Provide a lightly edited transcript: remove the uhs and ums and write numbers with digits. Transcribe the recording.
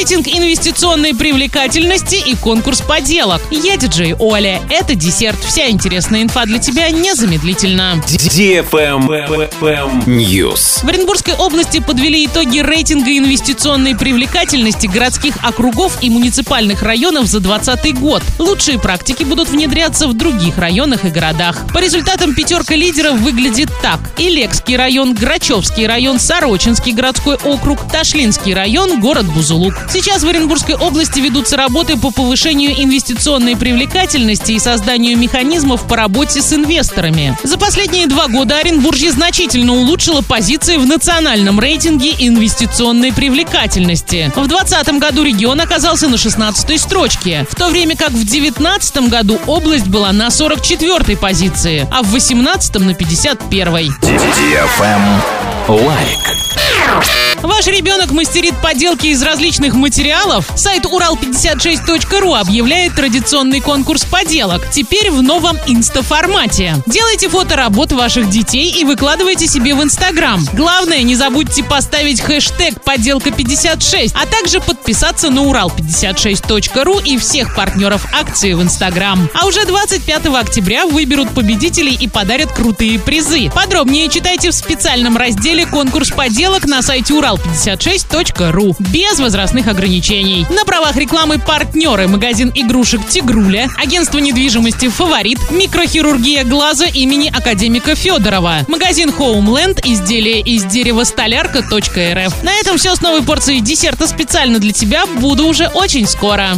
рейтинг инвестиционной привлекательности и конкурс поделок. Я диджей Оля. Это десерт. Вся интересная инфа для тебя незамедлительно. News. В Оренбургской области подвели итоги рейтинга инвестиционной привлекательности городских округов и муниципальных районов за 2020 год. Лучшие практики будут внедряться в других районах и городах. По результатам пятерка лидеров выглядит так: Илекский район, Грачевский район, Сорочинский городской округ, Ташлинский район, город Бузулук. Сейчас в Оренбургской области ведутся работы по повышению инвестиционной привлекательности и созданию механизмов по работе с инвесторами. За последние 2 года Оренбуржье значительно улучшило позиции в национальном рейтинге инвестиционной привлекательности. В 2020 году регион оказался на 16-й строчке, в то время как в 2019 году область была на 44-й позиции, а в 2018 на 51-й. Лайк. Ваш ребенок мастерит поделки из различных материалов? Сайт урал56.ру объявляет традиционный конкурс поделок, теперь в новом инста-формате. Делайте фото работ ваших детей и выкладывайте себе в Инстаграм. Главное, не забудьте поставить хэштег «Поделка56», а также подписаться на урал56.ру и всех партнеров акции в Инстаграм. А уже 25 октября выберут победителей и подарят крутые призы. Подробнее читайте в специальном разделе «Конкурс поделок» на сайте урал56.ру. Без возрастных ограничений. На правах рекламы партнеры: магазин игрушек «Тигруля», агентство недвижимости «Фаворит», микрохирургия глаза имени академика Федорова, магазин Homeland, изделия из дерева столярка.рф. На этом все с новой порцией десерта специально для тебя. Буду уже очень скоро.